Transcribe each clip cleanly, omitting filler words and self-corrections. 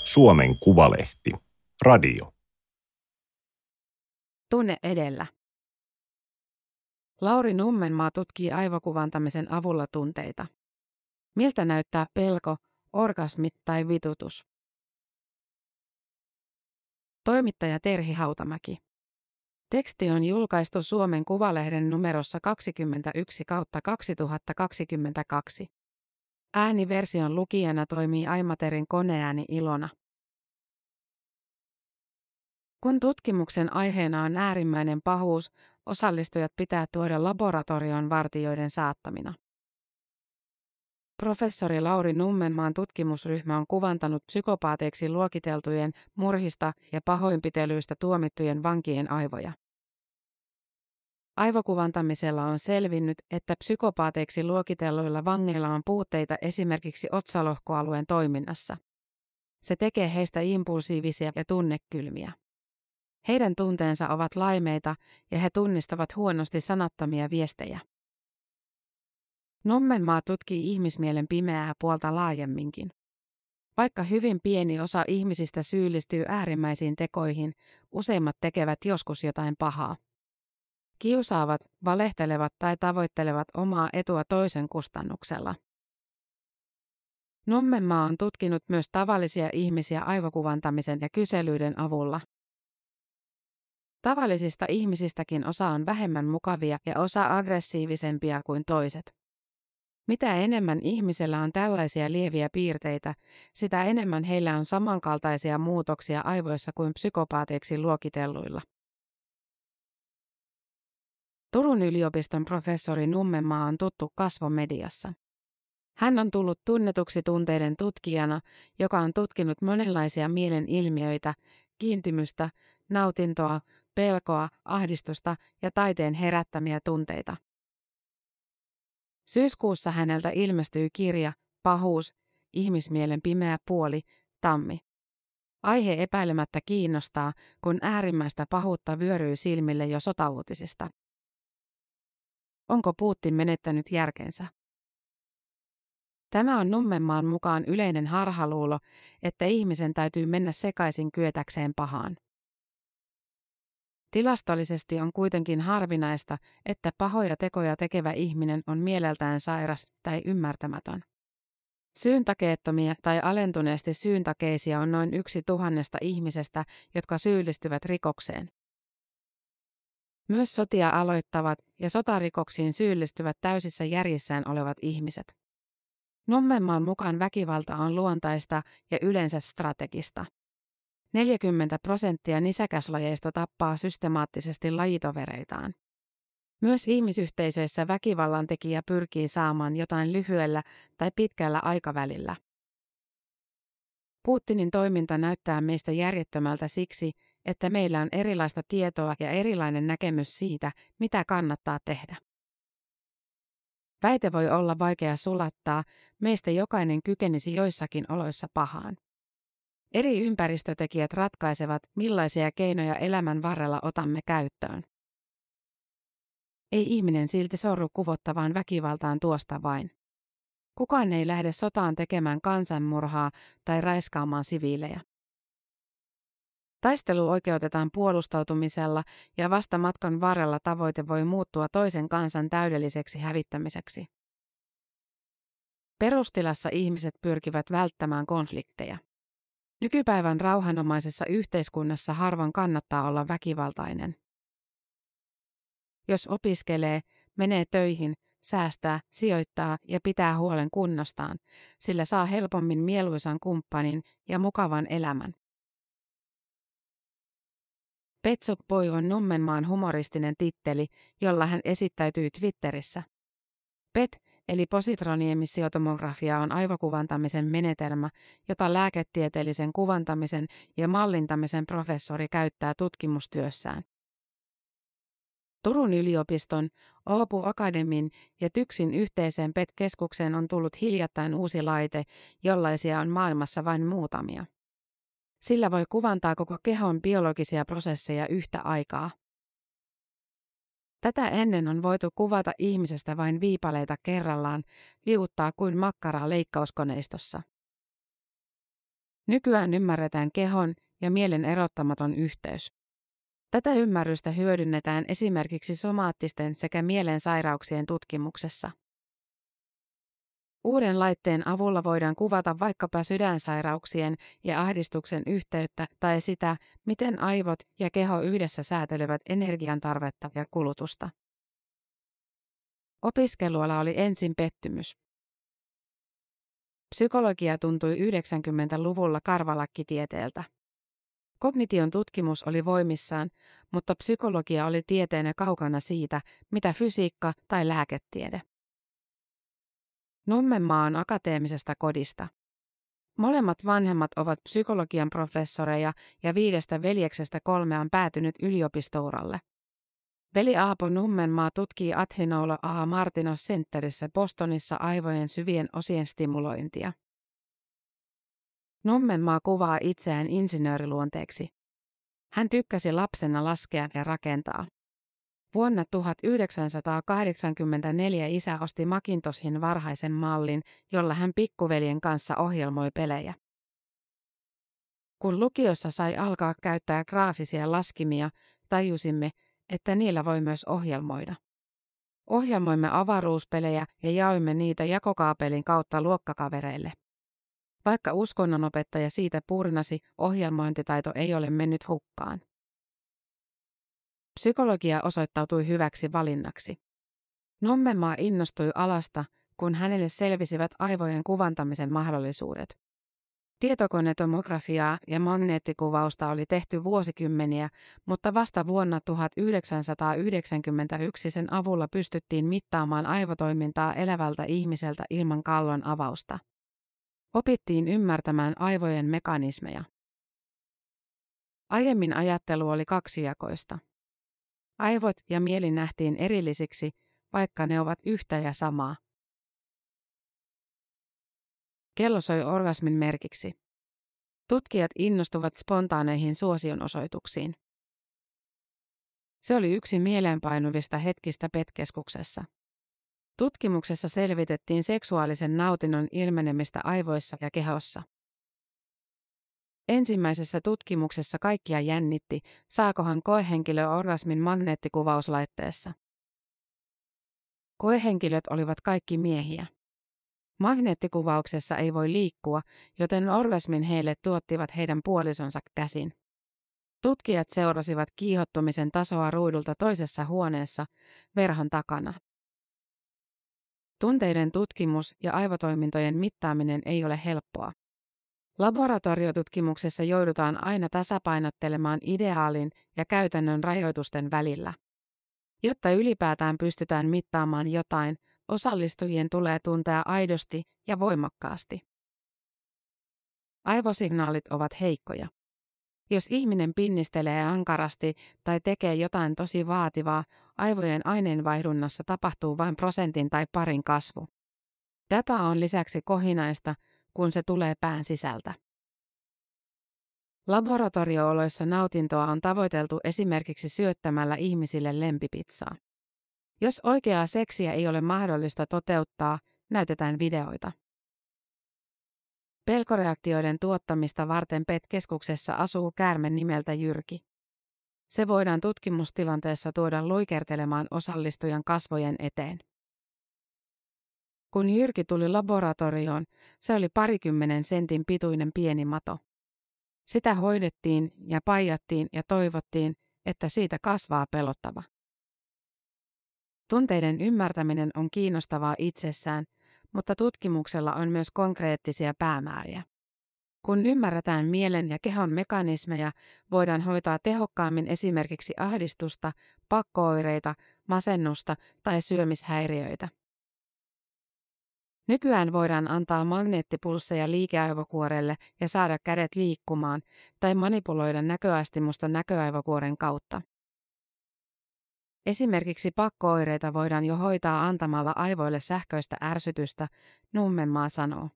Suomen Kuvalehti. Radio. Tunne edellä. Lauri Nummenmaa tutkii aivokuvantamisen avulla tunteita. Miltä näyttää pelko, orgasmi tai vitutus? Toimittaja Terhi Hautamäki. Teksti on julkaistu Suomen Kuvalehden numerossa 21/2022. Ääniversion lukijana toimii Aimaterin koneääni Ilona. Kun tutkimuksen aiheena on äärimmäinen pahuus, osallistujat pitää tuoda laboratorion vartijoiden saattamina. Professori Lauri Nummenmaan tutkimusryhmä on kuvantanut psykopaateiksi luokiteltujen, murhista ja pahoinpitelyistä tuomittujen vankien aivoja. Aivokuvantamisella on selvinnyt, että psykopaateiksi luokitelluilla vangeilla on puutteita esimerkiksi otsalohkoalueen toiminnassa. Se tekee heistä impulsiivisia ja tunnekylmiä. Heidän tunteensa ovat laimeita ja he tunnistavat huonosti sanattomia viestejä. Nummenmaa tutkii ihmismielen pimeää puolta laajemminkin. Vaikka hyvin pieni osa ihmisistä syyllistyy äärimmäisiin tekoihin, useimmat tekevät joskus jotain pahaa. Kiusaavat, valehtelevat tai tavoittelevat omaa etua toisen kustannuksella. Nummenmaa on tutkinut myös tavallisia ihmisiä aivokuvantamisen ja kyselyiden avulla. Tavallisista ihmisistäkin osa on vähemmän mukavia ja osa aggressiivisempia kuin toiset. Mitä enemmän ihmisellä on tällaisia lieviä piirteitä, sitä enemmän heillä on samankaltaisia muutoksia aivoissa kuin psykopaateiksi luokitelluilla. Turun yliopiston professori Nummenmaa on tuttu kasvomediassa. Hän on tullut tunnetuksi tunteiden tutkijana, joka on tutkinut monenlaisia mielen ilmiöitä, kiintymystä, nautintoa, pelkoa, ahdistusta ja taiteen herättämiä tunteita. Syyskuussa häneltä ilmestyy kirja Pahuus, ihmismielen pimeä puoli, tammi. Aihe epäilemättä kiinnostaa, kun äärimmäistä pahuutta vyöryy silmille jo sotauutisista. Onko Putin menettänyt järkensä? Tämä on Nummenmaan mukaan yleinen harhaluulo, että ihmisen täytyy mennä sekaisin kyetäkseen pahaan. Tilastollisesti on kuitenkin harvinaista, että pahoja tekoja tekevä ihminen on mieleltään sairas tai ymmärtämätön. Syyntakeettomia tai alentuneesti syyntakeisia on noin 1,000 ihmisestä, jotka syyllistyvät rikokseen. Myös sotia aloittavat ja sotarikoksiin syyllistyvät täysissä järjissään olevat ihmiset. Nummenmaan mukaan väkivalta on luontaista ja yleensä strategista. 40% nisäkäslajeista tappaa systemaattisesti lajitovereitaan. Myös ihmisyhteisöissä väkivallan tekijä pyrkii saamaan jotain lyhyellä tai pitkällä aikavälillä. Putinin toiminta näyttää meistä järjettömältä siksi, että meillä on erilaista tietoa ja erilainen näkemys siitä, mitä kannattaa tehdä. Väite voi olla vaikea sulattaa, meistä jokainen kykenisi joissakin oloissa pahaan. Eri ympäristötekijät ratkaisevat, millaisia keinoja elämän varrella otamme käyttöön. Ei ihminen silti sorru kuvottavaan väkivaltaan tuosta vain. Kukaan ei lähde sotaan tekemään kansanmurhaa tai raiskaamaan siviilejä. Taistelu oikeutetaan puolustautumisella ja vasta matkan varrella tavoite voi muuttua toisen kansan täydelliseksi hävittämiseksi. Perustilassa ihmiset pyrkivät välttämään konflikteja. Nykypäivän rauhanomaisessa yhteiskunnassa harvan kannattaa olla väkivaltainen. Jos opiskelee, menee töihin, säästää, sijoittaa ja pitää huolen kunnostaan, sillä saa helpommin mieluisan kumppanin ja mukavan elämän. Pet Shop Boy on Nummenmaan humoristinen titteli, jolla hän esittäytyy Twitterissä. PET, eli positroniemissiotomografia, on aivokuvantamisen menetelmä, jota lääketieteellisen kuvantamisen ja mallintamisen professori käyttää tutkimustyössään. Turun yliopiston, Åbo Akademin ja TYKSin yhteiseen PET-keskukseen on tullut hiljattain uusi laite, jollaisia on maailmassa vain muutamia. Sillä voi kuvantaa koko kehon biologisia prosesseja yhtä aikaa. Tätä ennen on voitu kuvata ihmisestä vain viipaleita kerrallaan, liuuttaa kuin makkaraa leikkauskoneistossa. Nykyään ymmärretään kehon ja mielen erottamaton yhteys. Tätä ymmärrystä hyödynnetään esimerkiksi somaattisten sekä mielen sairauksien tutkimuksessa. Uuden laitteen avulla voidaan kuvata vaikkapa sydänsairauksien ja ahdistuksen yhteyttä tai sitä, miten aivot ja keho yhdessä säätelevät energiantarvetta ja kulutusta. Opiskeluala oli ensin pettymys. Psykologia tuntui 90-luvulla karvalakkitieteeltä. Kognition tutkimus oli voimissaan, mutta psykologia oli tieteenä kaukana siitä, mitä fysiikka tai lääketiede. Nummenmaa on akateemisesta kodista. Molemmat vanhemmat ovat psykologian professoreja ja 5 veljeksestä 3 on päätynyt yliopistouralle. Veli Aapo Nummenmaa tutkii Athenaolo A. Martinos Centerissä Bostonissa aivojen syvien osien stimulointia. Nummenmaa kuvaa itseään insinööriluonteeksi. Hän tykkäsi lapsena laskea ja rakentaa. Vuonna 1984 isä osti Macintoshin varhaisen mallin, jolla hän pikkuveljen kanssa ohjelmoi pelejä. Kun lukiossa sai alkaa käyttää graafisia laskimia, tajusimme, että niillä voi myös ohjelmoida. Ohjelmoimme avaruuspelejä ja jaoimme niitä jakokaapelin kautta luokkakavereille. Vaikka uskonnonopettaja siitä purnasi, ohjelmointitaito ei ole mennyt hukkaan. Psykologia osoittautui hyväksi valinnaksi. Nummenmaa innostui alasta, kun hänelle selvisivät aivojen kuvantamisen mahdollisuudet. Tietokonetomografiaa ja magneettikuvausta oli tehty vuosikymmeniä, mutta vasta vuonna 1991 sen avulla pystyttiin mittaamaan aivotoimintaa elävältä ihmiseltä ilman kallon avausta. Opittiin ymmärtämään aivojen mekanismeja. Aiemmin ajattelu oli kaksijakoista. Aivot ja mieli nähtiin erillisiksi, vaikka ne ovat yhtä ja samaa. Kello soi orgasmin merkiksi. Tutkijat innostuvat spontaaneihin suosionosoituksiin. Se oli yksi mieleenpainuvista hetkistä PET-keskuksessa. Tutkimuksessa selvitettiin seksuaalisen nautinnon ilmenemistä aivoissa ja kehossa. Ensimmäisessä tutkimuksessa kaikkia jännitti, saakohan koehenkilö orgasmin magneettikuvauslaitteessa. Koehenkilöt olivat kaikki miehiä. Magneettikuvauksessa ei voi liikkua, joten orgasmin heille tuottivat heidän puolisonsa käsin. Tutkijat seurasivat kiihottumisen tasoa ruudulta toisessa huoneessa, verhon takana. Tunteiden tutkimus ja aivotoimintojen mittaaminen ei ole helppoa. Laboratoriotutkimuksessa joudutaan aina tasapainottelemaan ideaalin ja käytännön rajoitusten välillä. Jotta ylipäätään pystytään mittaamaan jotain, osallistujien tulee tuntea aidosti ja voimakkaasti. Aivosignaalit ovat heikkoja. Jos ihminen pinnistelee ankarasti tai tekee jotain tosi vaativaa, aivojen aineenvaihdunnassa tapahtuu vain 1% tai 2% kasvu. Data on lisäksi kohinaista, kun se tulee pään sisältä. Laboratorio-oloissa nautintoa on tavoiteltu esimerkiksi syöttämällä ihmisille lempipizzaa. Jos oikeaa seksiä ei ole mahdollista toteuttaa, näytetään videoita. Pelkoreaktioiden tuottamista varten PET-keskuksessa asuu käärme nimeltä Jyrki. Se voidaan tutkimustilanteessa tuoda luikertelemaan osallistujan kasvojen eteen. Kun Jyrki tuli laboratorioon, se oli 20 sentin pituinen pieni mato. Sitä hoidettiin ja paijattiin ja toivottiin, että siitä kasvaa pelottava. Tunteiden ymmärtäminen on kiinnostavaa itsessään, mutta tutkimuksella on myös konkreettisia päämääriä. Kun ymmärretään mielen ja kehon mekanismeja, voidaan hoitaa tehokkaammin esimerkiksi ahdistusta, pakko-oireita, masennusta tai syömishäiriöitä. Nykyään voidaan antaa magneettipulsseja liikeaivokuorelle ja saada kädet liikkumaan tai manipuloida näköaistimusta näköaivokuoren kautta. Esimerkiksi pakko-oireita voidaan jo hoitaa antamalla aivoille sähköistä ärsytystä, Nummenmaa sanoo.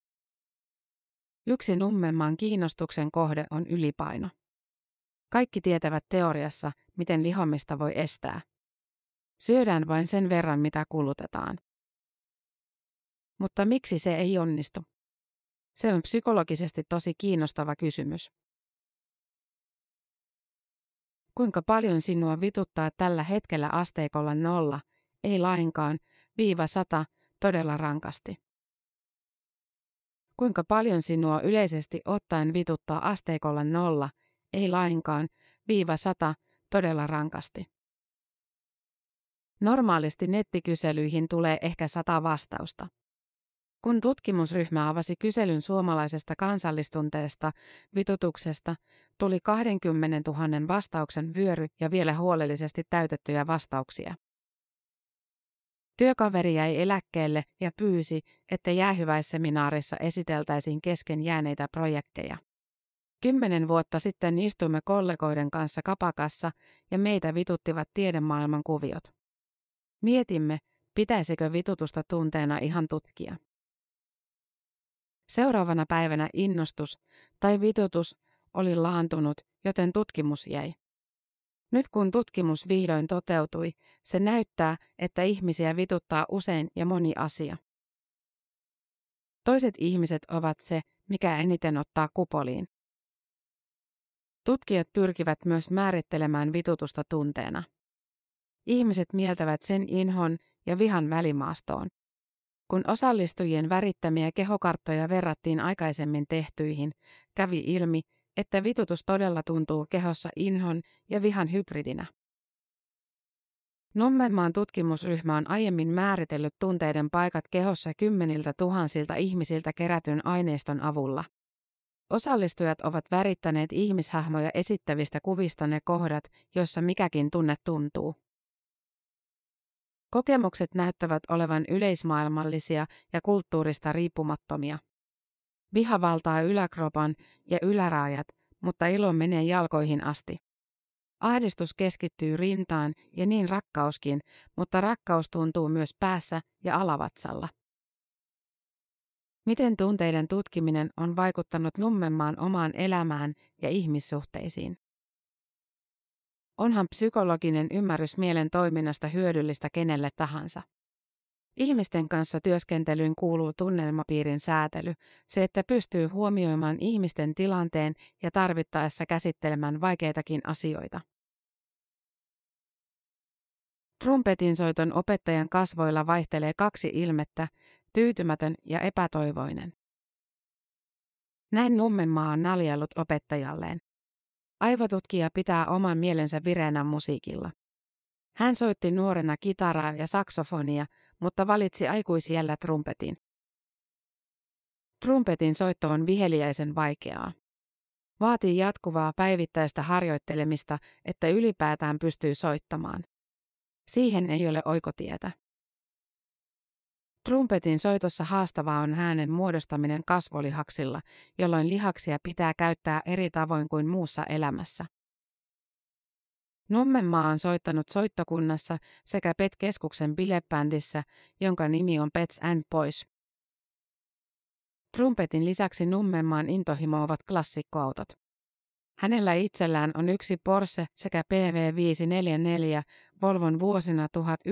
Yksi Nummenmaan kiinnostuksen kohde on ylipaino. Kaikki tietävät teoriassa, miten lihomista voi estää. Syödään vain sen verran, mitä kulutetaan. Mutta miksi se ei onnistu? Se on psykologisesti tosi kiinnostava kysymys. Kuinka paljon sinua vituttaa tällä hetkellä asteikolla 0, ei lainkaan, -100, todella rankasti? Kuinka paljon sinua yleisesti ottaen vituttaa asteikolla 0, ei lainkaan, -100, todella rankasti? Normaalisti nettikyselyihin tulee ehkä 100 vastausta. Kun tutkimusryhmä avasi kyselyn suomalaisesta kansallistunteesta, vitutuksesta, tuli 20 000 vastauksen vyöry ja vielä huolellisesti täytettyjä vastauksia. Työkaveri jäi eläkkeelle ja pyysi, että jäähyväisseminaarissa esiteltäisiin kesken jääneitä projekteja. 10 vuotta sitten istuimme kollegoiden kanssa kapakassa ja meitä vituttivat tiedemaailman kuviot. Mietimme, pitäisikö vitutusta tunteena ihan tutkia. Seuraavana päivänä innostus tai vitutus oli laantunut, joten tutkimus jäi. Nyt kun tutkimus vihdoin toteutui, se näyttää, että ihmisiä vituttaa usein ja moni asia. Toiset ihmiset ovat se, mikä eniten ottaa kupoliin. Tutkijat pyrkivät myös määrittelemään vitutusta tunteena. Ihmiset mieltävät sen inhon ja vihan välimaastoon. Kun osallistujien värittämiä kehokarttoja verrattiin aikaisemmin tehtyihin, kävi ilmi, että vitutus todella tuntuu kehossa inhon ja vihan hybridinä. Nummenmaan tutkimusryhmä on aiemmin määritellyt tunteiden paikat kehossa 10 000 ihmisiltä kerätyn aineiston avulla. Osallistujat ovat värittäneet ihmishahmoja esittävistä kuvista ne kohdat, joissa mikäkin tunne tuntuu. Kokemukset näyttävät olevan yleismaailmallisia ja kulttuurista riippumattomia. Viha valtaa yläkropan ja yläraajat, mutta ilo menee jalkoihin asti. Ahdistus keskittyy rintaan ja niin rakkauskin, mutta rakkaus tuntuu myös päässä ja alavatsalla. Miten tunteiden tutkiminen on vaikuttanut Nummenmaan omaan elämään ja ihmissuhteisiin? Onhan psykologinen ymmärrys mielen toiminnasta hyödyllistä kenelle tahansa. Ihmisten kanssa työskentelyyn kuuluu tunnelmapiirin säätely, se että pystyy huomioimaan ihmisten tilanteen ja tarvittaessa käsittelemään vaikeitakin asioita. Trumpetinsoiton opettajan kasvoilla vaihtelee 2 ilmettä, tyytymätön ja epätoivoinen. Näin Nummenmaa on naljaillut opettajalleen. Aivotutkija pitää oman mielensä vireänä musiikilla. Hän soitti nuorena kitaraa ja saksofonia, mutta valitsi aikuisiällä trumpetin. Trumpetin soitto on viheliäisen vaikeaa. Vaatii jatkuvaa päivittäistä harjoittelemista, että ylipäätään pystyy soittamaan. Siihen ei ole oikotietä. Trumpetin soitossa haastavaa on äänen muodostaminen kasvolihaksilla, jolloin lihaksia pitää käyttää eri tavoin kuin muussa elämässä. Nummenmaa on soittanut soittokunnassa sekä PET-keskuksen bilebändissä, jonka nimi on Pets and Boys. Trumpetin lisäksi Nummenmaan intohimo ovat klassikkoautot. Hänellä itsellään on yksi Porsche sekä PV544 Volvon vuosina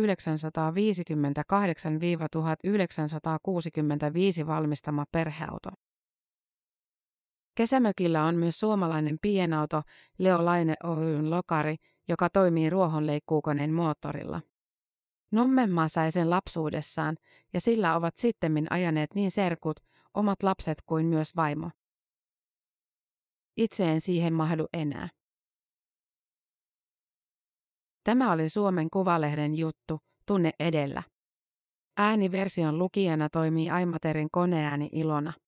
1958–1965 valmistama perheauto. Kesämökillä on myös suomalainen pienauto Leo Laine Oyn lokari, joka toimii ruohonleikkuukoneen moottorilla. Nummenmaa sai sen lapsuudessaan ja sillä ovat sittemmin ajaneet niin serkut, omat lapset kuin myös vaimo. Itse en siihen mahdu enää. Tämä oli Suomen Kuvalehden juttu, tunne edellä. Ääniversion lukijana toimii Aimaterin koneääni Ilona.